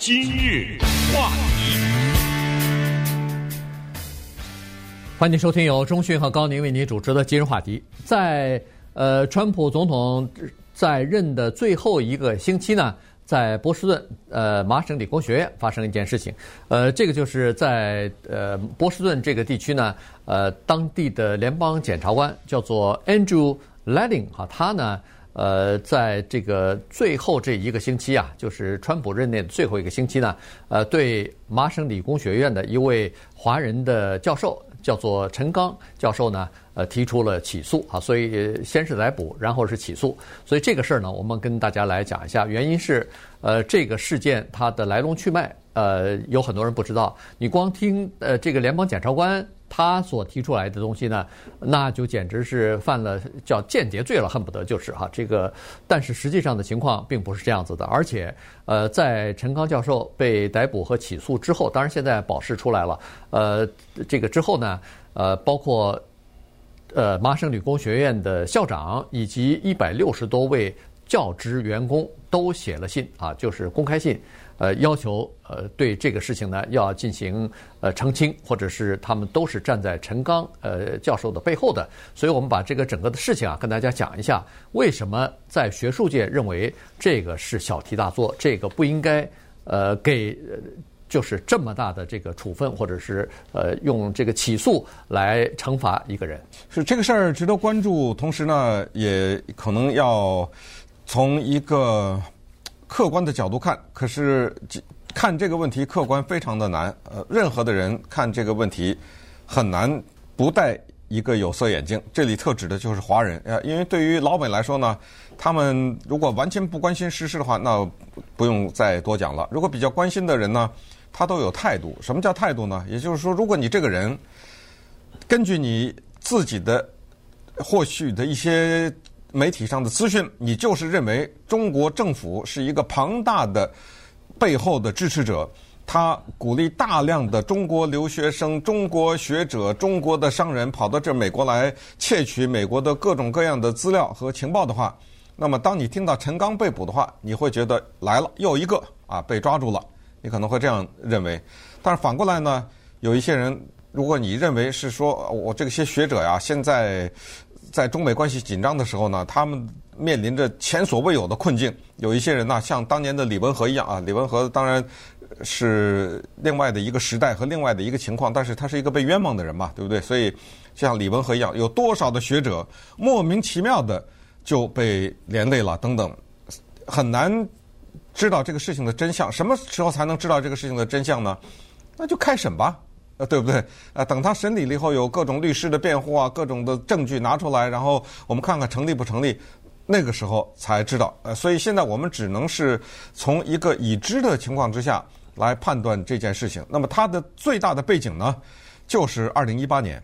今日话题， 欢迎收听由钟迅和高宁为您主持的今日话题。在川普总统在任的最后一个星期呢，在波士顿麻省理工学院发生一件事情。这个就是在波士顿这个地区呢，当地的联邦检察官叫做 Andrew Leading 他呢在这个最后这一个星期啊，就是川普任内的最后一个星期呢，对麻省理工学院的一位华人的教授叫做陈刚教授呢，提出了起诉啊，所以先是逮捕，然后是起诉。所以这个事儿呢，我们跟大家来讲一下，原因是这个事件它的来龙去脉，有很多人不知道。你光听这个联邦检察官他所提出来的东西呢，那就简直是犯了叫间谍罪了，恨不得就是这个。但是实际上的情况并不是这样子的，而且在陈刚教授被逮捕和起诉之后，当然现在保释出来了，这个之后呢，包括麻省理工学院的校长以及160多位教职员工都写了信啊，就是公开信。要求对这个事情呢要进行澄清，或者是他们都是站在陈刚教授的背后的，所以我们把这个整个的事情啊跟大家讲一下，为什么在学术界认为这个是小题大做，这个不应该给就是这么大的这个处分，或者是用这个起诉来惩罚一个人。 是这个事儿值得关注，同时呢也可能要从一个客观的角度看，可是看这个问题客观非常的难。任何的人看这个问题很难不戴一个有色眼镜。这里特指的就是华人因为对于老美来说呢，他们如果完全不关心时事的话，那不用再多讲了。如果比较关心的人呢，他都有态度。什么叫态度呢？也就是说，如果你这个人根据你自己的获取的一些媒体上的资讯，你就是认为中国政府是一个庞大的背后的支持者，他鼓励大量的中国留学生、中国学者、中国的商人跑到这美国来窃取美国的各种各样的资料和情报的话，那么当你听到陈刚被捕的话，你会觉得来了又一个被抓住了，你可能会这样认为。但是反过来呢，有一些人，如果你认为是说我这些学者呀，现在中美关系紧张的时候呢，他们面临着前所未有的困境。有一些人呢，像当年的李文和一样李文和当然是另外的一个时代和另外的一个情况，但是他是一个被冤枉的人嘛，对不对？所以像李文和一样，有多少的学者莫名其妙的就被连累了等等，很难知道这个事情的真相。什么时候才能知道这个事情的真相呢？那就开审吧。对不对？等他审理了以后，有各种律师的辩护各种的证据拿出来，然后我们看看成立不成立，那个时候才知道。所以现在我们只能是从一个已知的情况之下来判断这件事情。那么它的最大的背景呢，就是2018年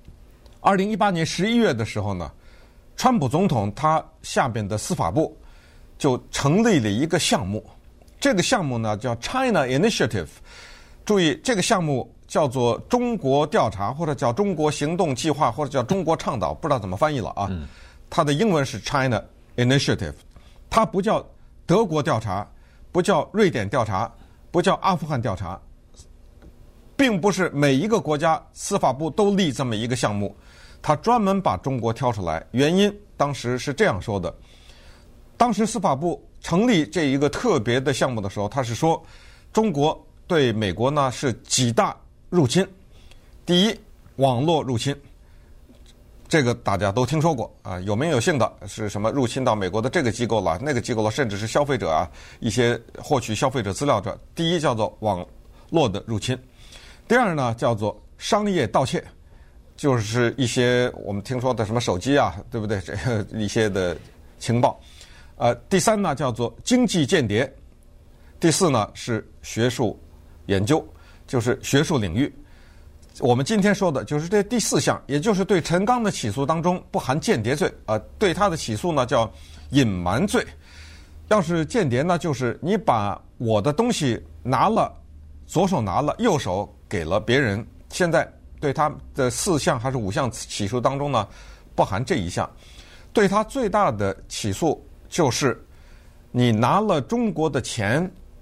11月的时候呢，川普总统他下边的司法部就成立了一个项目，这个项目呢叫 China Initiative。注意，这个项目叫做中国调查，或者叫中国行动计划，或者叫中国倡导，不知道怎么翻译了它的英文是 China Initiative， 它不叫德国调查，不叫瑞典调查，不叫阿富汗调查，并不是每一个国家司法部都立这么一个项目，它专门把中国挑出来。原因当时是这样说的，当时司法部成立这一个特别的项目的时候，他是说中国对美国呢是几大入侵。第一，网络入侵，这个大家都听说过有名有姓的是什么入侵到美国的这个机构了那个机构了，甚至是消费者一些获取消费者资料的。第一叫做网络的入侵，第二呢叫做商业盗窃，就是一些我们听说的什么手机对不对，这个一些的情报。第三呢叫做经济间谍，第四呢是学术研究，就是学术领域。我们今天说的就是这第四项，也就是对陈刚的起诉当中不含间谍罪对他的起诉呢叫隐瞒罪。要是间谍呢，就是你把我的东西拿了，左手拿了，右手给了别人。现在对他的4项还是5项起诉当中呢，不含这一项。对他最大的起诉就是你拿了中国的钱，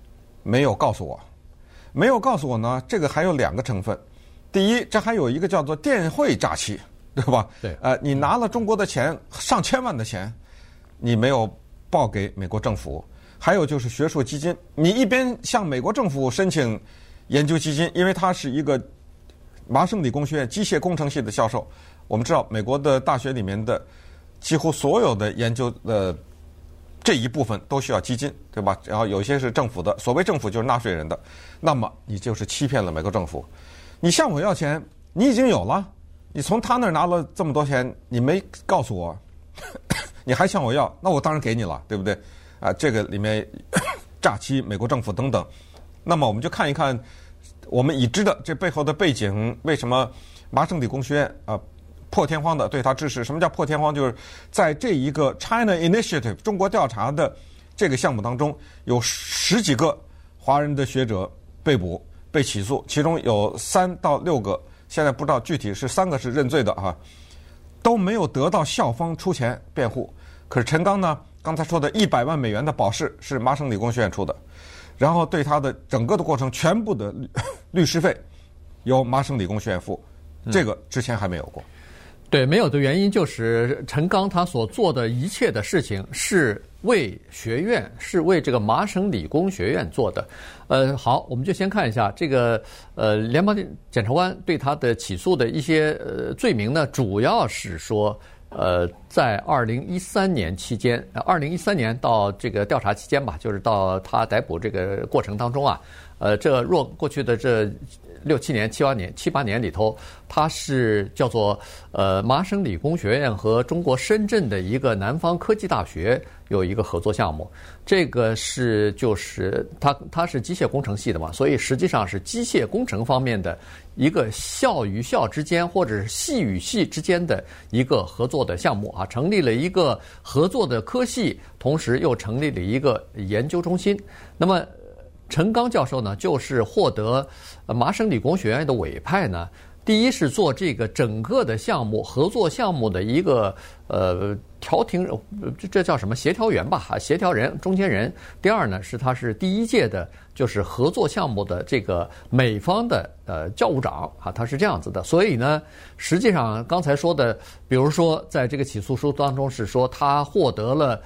没有告诉我。没有告诉我呢，这个还有2个成分。第一，这还有一个叫做电汇诈欺，对吧？ 对。 你拿了中国的钱，上千万的钱，你没有报给美国政府。还有就是学术基金，你一边向美国政府申请研究基金，因为他是一个麻省理工学院机械工程系的教授。我们知道，美国的大学里面的几乎所有的研究的这一部分都需要基金，对吧？然后有些是政府的，所谓政府就是纳税人的，那么你就是欺骗了美国政府。你向我要钱，你已经有了，你从他那儿拿了这么多钱，你没告诉我，你还向我要，那我当然给你了，对不对？这个里面诈欺美国政府等等。那么我们就看一看我们已知的这背后的背景，为什么麻省理工学院破天荒的对他支持？什么叫破天荒？就是在这一个 China Initiative 中国调查的这个项目当中，有10几个华人的学者被捕被起诉，其中有3到6个，现在不知道具体是3个是认罪的都没有得到校方出钱辩护。可是陈刚呢，刚才说的100万美元的保释是麻省理工学院出的，然后对他的整个的过程全部的律师费由麻省理工学院付，这个之前还没有过。 对，没有的原因就是陈刚他所做的一切的事情是为学院，是为这个麻省理工学院做的。好，我们就先看一下这个联邦检察官对他的起诉的一些罪名呢，主要是说在2013年期间，2013年到这个调查期间吧，就是到他逮捕这个过程当中这过去的这6、7年、7、8年里头，他是叫做麻省理工学院和中国深圳的一个南方科技大学有一个合作项目。这个就是他是机械工程系的嘛，所以实际上是机械工程方面的一个校与校之间或者是系与系之间的一个合作的项目成立了一个合作的科系，同时又成立了一个研究中心。那么陈刚教授呢，就是获得麻省理工学院的委派呢，第一是做这个整个的项目合作项目的一个调停，这叫什么协调员吧，协调人、中间人。第二呢，他是第1届的，就是合作项目的这个美方的教务长他是这样子的。所以呢，实际上刚才说的，比如说在这个起诉书当中是说他获得了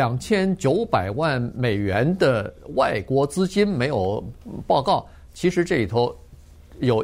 2900万美元的外国资金，没有报告。其实这里头有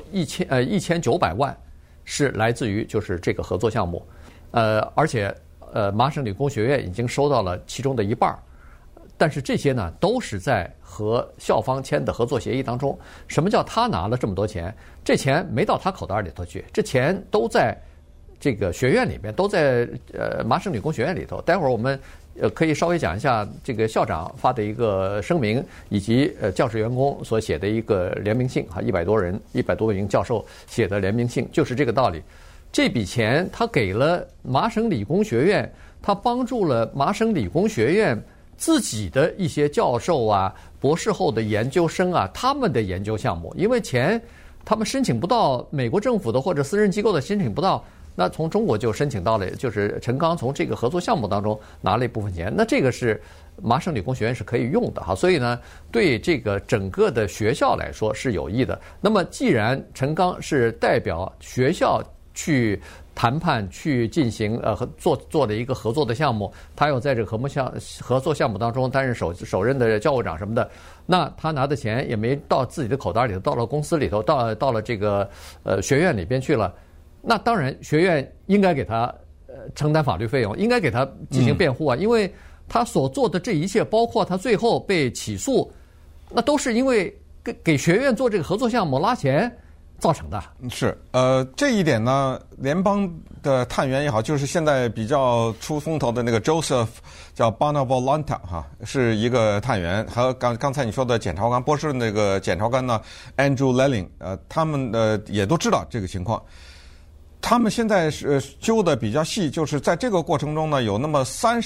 1900万是来自于就是这个合作项目，而且麻省理工学院已经收到了其中的一半，但是这些呢都是在和校方签的合作协议当中。什么叫他拿了这么多钱？这钱没到他口袋里头去，这钱都在这个学院里面，都在麻省理工学院里头。待会儿我们可以稍微讲一下这个校长发的一个声明，以及教师员工所写的一个联名信100多名教授写的联名信，就是这个道理。这笔钱他给了麻省理工学院，他帮助了麻省理工学院自己的一些教授博士后的研究生他们的研究项目，因为钱他们申请不到，美国政府的或者私人机构的申请不到，那从中国就申请到了，就是陈刚从这个合作项目当中拿了一部分钱，那这个是麻省理工学院是可以用的所以呢，对这个整个的学校来说是有益的。那么既然陈刚是代表学校去谈判去进行做的一个合作的项目，他又在这个合作项目当中担任首任的教务长什么的，那他拿的钱也没到自己的口袋里头，到了公司里头，到了这个学院里边去了。那当然学院应该给他承担法律费用，应该给他进行辩护因为他所做的这一切，包括他最后被起诉，那都是因为给学院做这个合作项目拉钱造成的。 是这一点呢，联邦的探员也好，就是现在比较出风头的那个 Joseph 叫 Bonavolonta 是一个探员，还有刚才你说的检察官波士顿那个检察官呢 Andrew Lelling， 他们也都知道这个情况。他们现在是揪的比较细，就是在这个过程中呢，有那么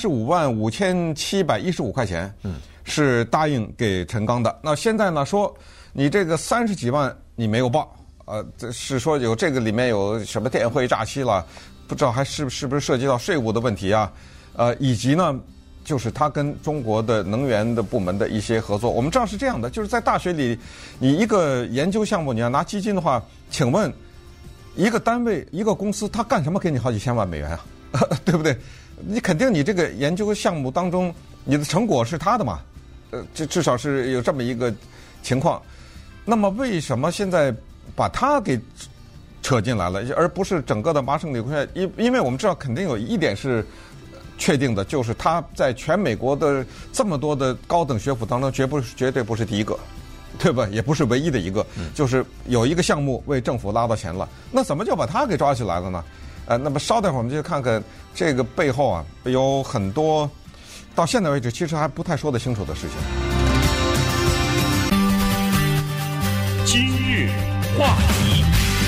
355715块钱，是答应给陈刚的。那现在呢说你这个30几万你没有报，这是说有这个里面有什么电汇诈欺了，不知道还是不是涉及到税务的问题以及呢就是他跟中国的能源的部门的一些合作。我们知道是这样的，就是在大学里，你一个研究项目你要拿基金的话，请问一个单位一个公司他干什么给你好几千万美元啊？对不对？你肯定你这个研究项目当中，你的成果是他的嘛？这至少是有这么一个情况。那么为什么现在把他给扯进来了，而不是整个的麻省理工学院？因为我们知道肯定有一点是确定的，就是他在全美国的这么多的高等学府当中，绝对不是第一个，对吧？也不是唯一的一个，就是有一个项目为政府拉到钱了，那怎么就把他给抓起来了呢？那么稍待会儿我们就看看这个背后啊，有很多到现在为止其实还不太说得清楚的事情。 今日话题，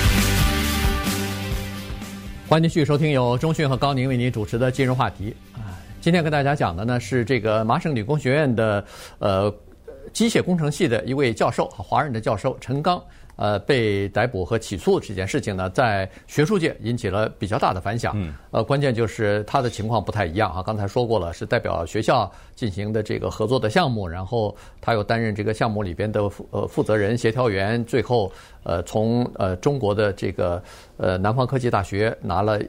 欢迎继续收听由钟迅和高宁为您主持的今日话题啊。今天跟大家讲的呢是这个麻省理工学院的机械工程系的一位教授，华人的教授陈刚，被逮捕和起诉这件事情呢，在学术界引起了比较大的反响。关键就是他的情况不太一样啊。刚才说过了，是代表学校进行的这个合作的项目，然后他又担任这个项目里边的负责人、协调员，最后从中国的这个南方科技大学拿了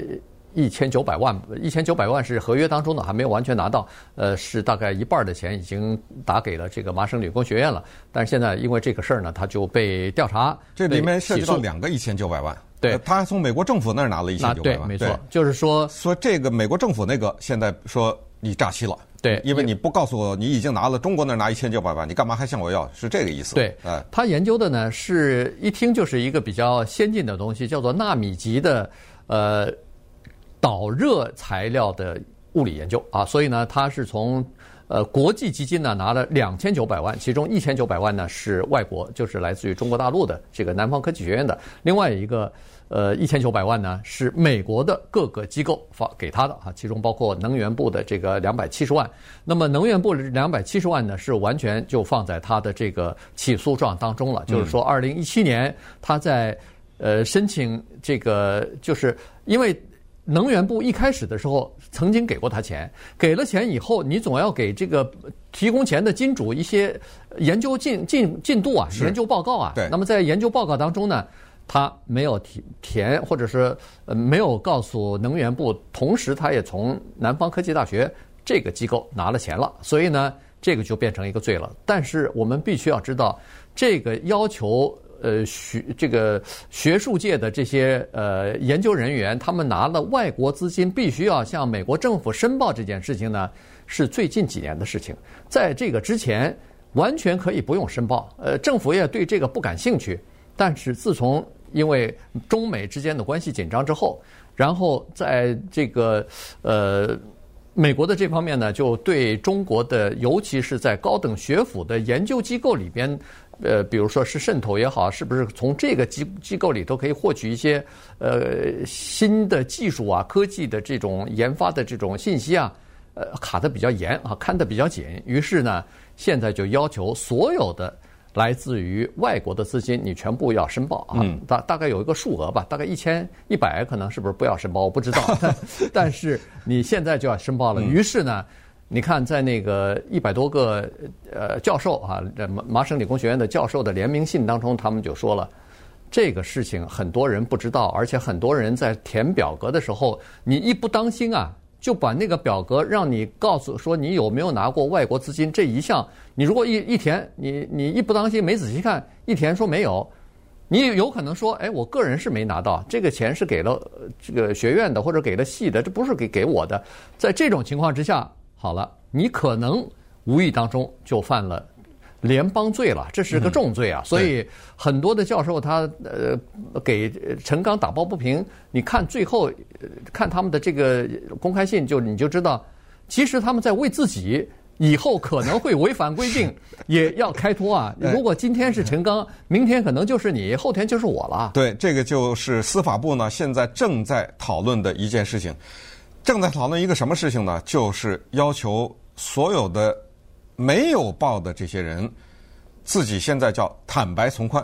1900万是合约当中的，还没有完全拿到，是大概一半的钱已经打给了这个麻省理工学院了。但是现在因为这个事儿呢，他就被调查， 这里面涉及到2个1900万。 对， 他还从美国政府那儿拿了1900万。 对，没错，就是说这个美国政府那个现在说你诈欺了。 对， 因为你不告诉我你已经拿了，中国那儿拿1900万，你干嘛还向我要？是这个意思。 对，他研究的呢是一听就是一个比较先进的东西，叫做纳米级的导热材料的物理研究啊，所以呢，他是从国际基金呢拿了2900万，其中1900万呢是外国，就是来自于中国大陆的这个南方科技学院的，另外一个1900万呢是美国的各个机构发给他的啊，其中包括能源部的这个270万。那么能源部的270万呢是完全就放在他的这个起诉状当中了，就是说2017年他在申请这个，就是因为能源部一开始的时候曾经给过他钱，给了钱以后，你总要给这个提供钱的金主一些研究进度啊，研究报告啊。 对。 那么在研究报告当中呢，他没有填，或者是没有告诉能源部，同时他也从南方科技大学这个机构拿了钱了，所以呢，这个就变成一个罪了。但是我们必须要知道，这个要求。这个学术界的这些研究人员，他们拿了外国资金，必须要向美国政府申报这件事情呢，是最近几年的事情。在这个之前，完全可以不用申报，政府也对这个不感兴趣。但是自从因为中美之间的关系紧张之后，然后在这个美国的这方面呢，就对中国的，尤其是在高等学府的研究机构里边。比如说是渗透也好，是不是从这个机构里头可以获取一些新的技术啊、科技的这种研发的这种信息啊，卡得比较严啊，看得比较紧。于是呢，现在就要求所有的来自于外国的资金，你全部要申报啊。大概有一个数额吧，大概1100，可能是不是不要申报，我不知道。但是你现在就要申报了。于是呢。你看，在那个100多个教授啊，麻省理工学院的教授的联名信当中，他们就说了，这个事情很多人不知道，而且很多人在填表格的时候，你一不当心啊，就把那个表格让你告诉说你有没有拿过外国资金这一项，你如果一填，你一不当心没仔细看，一填说没有，你有可能说，哎，我个人是没拿到，这个钱是给了这个学院的或者给了系的，这不是给我的。在这种情况之下。好了，你可能无意当中就犯了联邦罪了，这是个重罪啊！所以很多的教授他给陈刚打抱不平。你看最后看他们的这个公开信，你就知道，其实他们在为自己以后可能会违反规定也要开脱啊！如果今天是陈刚，明天可能就是你，后天就是我了。 对，这个就是司法部呢现在正在讨论的一件事情。正在讨论一个什么事情呢？就是要求所有的没有报的这些人，自己现在叫坦白从宽。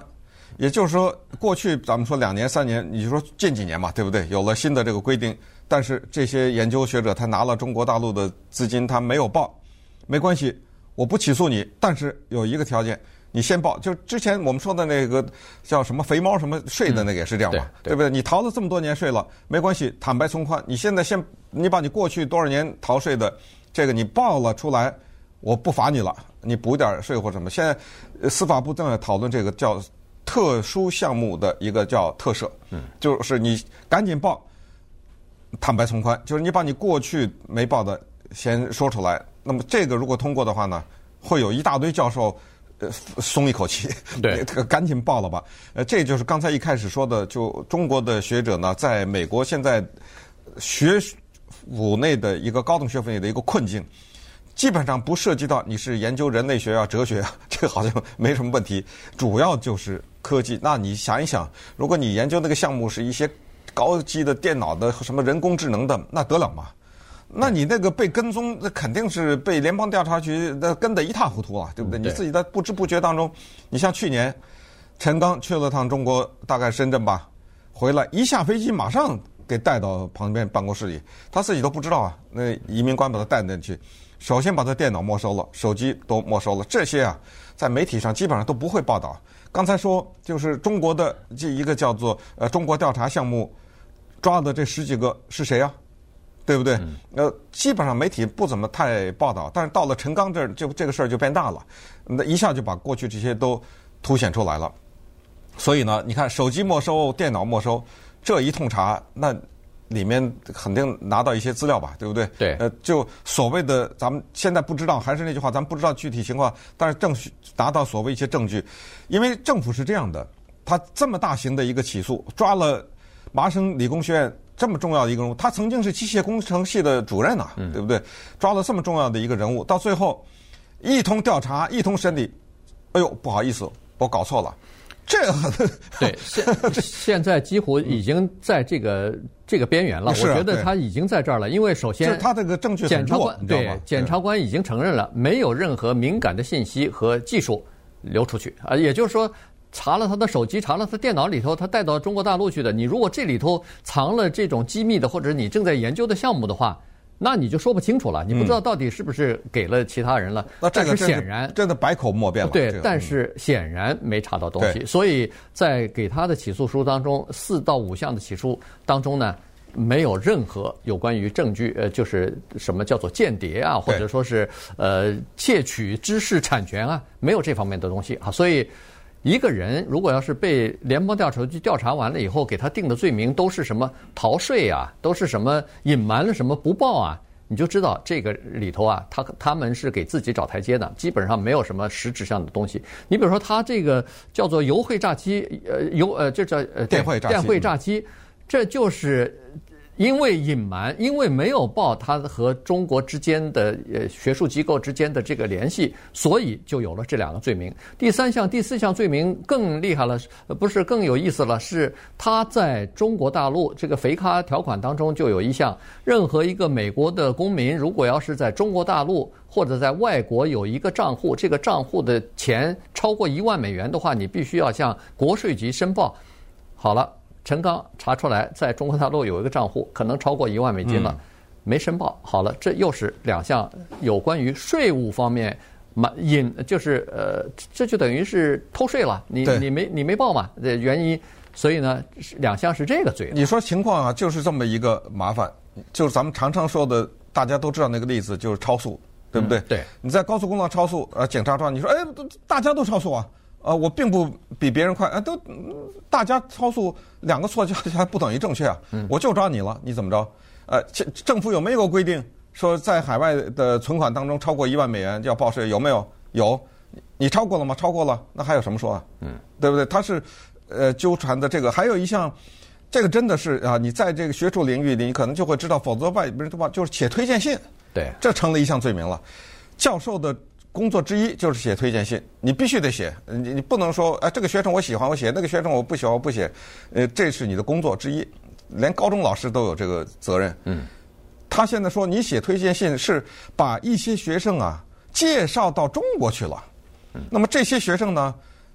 也就是说，过去咱们说2年3年，你就说近几年嘛，对不对？有了新的这个规定，但是这些研究学者他拿了中国大陆的资金，他没有报，没关系，我不起诉你，但是有一个条件，你先报。就之前我们说的那个叫什么肥猫什么税的那个也是这样嘛，对不对？你逃了这么多年税了，没关系，坦白从宽。你现在你把你过去多少年逃税的这个你报了出来，我不罚你了，你补点税或者什么。现在司法部正在讨论这个叫特殊项目的一个叫特赦，就是你赶紧报，坦白从宽，就是你把你过去没报的先说出来。那么这个如果通过的话呢，会有一大堆教授松一口气， 对， 赶紧报了吧。这就是刚才一开始说的，就中国的学者呢，在美国现在学府内的一个高等学府内的一个困境。基本上不涉及到你是研究人类学啊、哲学啊，这个好像没什么问题。主要就是科技。那你想一想，如果你研究那个项目是一些高级的电脑的、什么人工智能的，那得了吗？那你那个被跟踪，那肯定是被联邦调查局跟得一塌糊涂了，对不对？你自己在不知不觉当中，你像去年陈刚去了趟中国，大概深圳吧，回来一下飞机马上给带到旁边办公室里，他自己都不知道啊。那移民官把他带进去。首先把他电脑没收了，手机都没收了，这些啊，在媒体上基本上都不会报道。刚才说就是中国的这一个叫做中国调查项目抓的这10几个是谁啊？对不对？基本上媒体不怎么太报道，但是到了陈刚这儿，就这个事儿就变大了，那一下就把过去这些都凸显出来了。所以呢，你看手机没收、电脑没收，这一通查，那里面肯定拿到一些资料吧，对不对？ 对。 就所谓的咱们现在不知道，还是那句话，咱们不知道具体情况，但是拿到所谓一些证据，因为政府是这样的，他这么大型的一个起诉，抓了麻省理工学院这么重要的一个人物，他曾经是机械工程系的主任呐，对不对？抓了这么重要的一个人物，到最后一通调查、一通审理，哎呦，不好意思，我搞错了。这个对，现在几乎已经在这个边缘了。我觉得他已经在这儿了，因为首先他这个证据很弱， 检察官已经承认了，没有任何敏感的信息和技术流出去啊，也就是说，查了他的手机，查了他电脑里头，他带到中国大陆去的。你如果这里头藏了这种机密的，或者你正在研究的项目的话，那你就说不清楚了，你不知道到底是不是给了其他人了。 那这个显然真的百口莫辩了。 对，但是显然没查到东西，所以在给他的起诉书当中，4到5项的起诉当中呢，没有任何有关于证据，就是什么叫做间谍啊，或者说是窃取知识产权啊，没有这方面的东西啊，所以。一个人如果要是被联邦调查局调查完了以后，给他定的罪名都是什么逃税啊，都是什么隐瞒了什么不报啊，你就知道这个里头啊，他们是给自己找台阶的，基本上没有什么实质上的东西。你比如说他这个叫做邮汇诈欺，这叫电汇诈欺，这就是因为隐瞒，因为没有报他和中国之间的学术机构之间的这个联系，所以就有了这2个罪名。第4项罪名更厉害了，不是更有意思了，是他在中国大陆这个肥咖条款当中就有一项，任何一个美国的公民如果要是在中国大陆或者在外国有一个账户，这个账户的钱超过1万美元的话，你必须要向国税局申报。好了。陈刚查出来，在中国大陆有一个账户，可能超过1万美金了，没申报。好了，这又是2项有关于税务方面就是这就等于是偷税了。你没报嘛？这原因，所以呢，2项是这个罪。 你说情况啊，就是这么一个麻烦，就是咱们常常说的，大家都知道那个例子，就是超速，对不对？ 对。你在高速公路上超速，警察抓你说，哎，大家都超速啊。我并不比别人快，都大家超速2个错还不等于正确啊！我就抓你了，你怎么着？政府有没有规定说在海外的存款当中超过1万美元要报税？有没有？有，你超过了吗？超过了，那还有什么说啊？对不对？他是纠缠的这个，还有一项，这个真的是啊，你在这个学术领域里，你可能就会知道，否则外边的话就是写推荐信， 对， 这成了一项罪名了。教授的工作之一就是写推荐信，你必须得写，你不能说这个学生我喜欢我写，那个学生我不喜欢我不写，这是你的工作之一，连高中老师都有这个责任。他现在说你写推荐信是把一些学生啊介绍到中国去了，那么这些学生呢，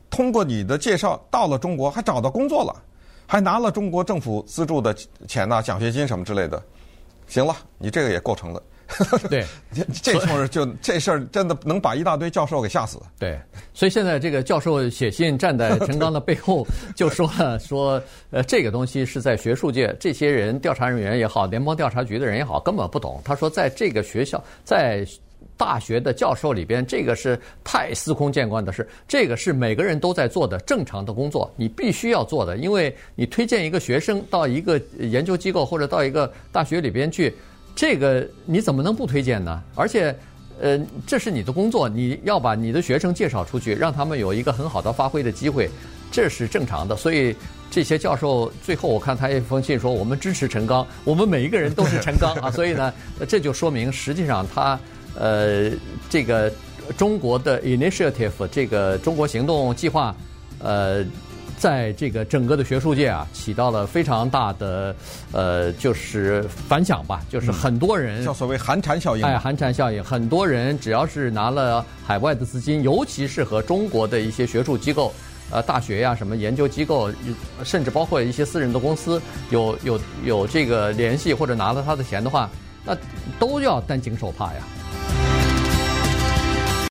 通过你的介绍到了中国，还找到工作了，还拿了中国政府资助的钱呐、奖学金什么之类的。行了，你这个也构成了。 对， 这事儿真的能把一大堆教授给吓死。 对，所以现在这个教授写信站在陈刚的背后，就说了说，这个东西是在学术界，这些人调查人员也好，联邦调查局的人也好，根本不懂。他说，在这个学校，在大学的教授里边，这个是太司空见惯的事，这个是每个人都在做的正常的工作，你必须要做的，因为你推荐一个学生到一个研究机构或者到一个大学里边去。这个你怎么能不推荐呢？而且，这是你的工作，你要把你的学生介绍出去，让他们有一个很好的发挥的机会，这是正常的。所以这些教授最后我看他一封信说，我们支持陈刚，我们每一个人都是陈刚啊。所以呢，这就说明实际上他这个中国的 initiative 这个中国行动计划在这个整个的学术界啊，起到了非常大的就是反响吧，就是很多人叫所谓寒蝉效应。 寒蝉效应，很多人只要是拿了海外的资金，尤其是和中国的一些学术机构、大学呀、什么研究机构，甚至包括一些私人的公司有这个联系或者拿了他的钱的话，那都要担惊受怕呀。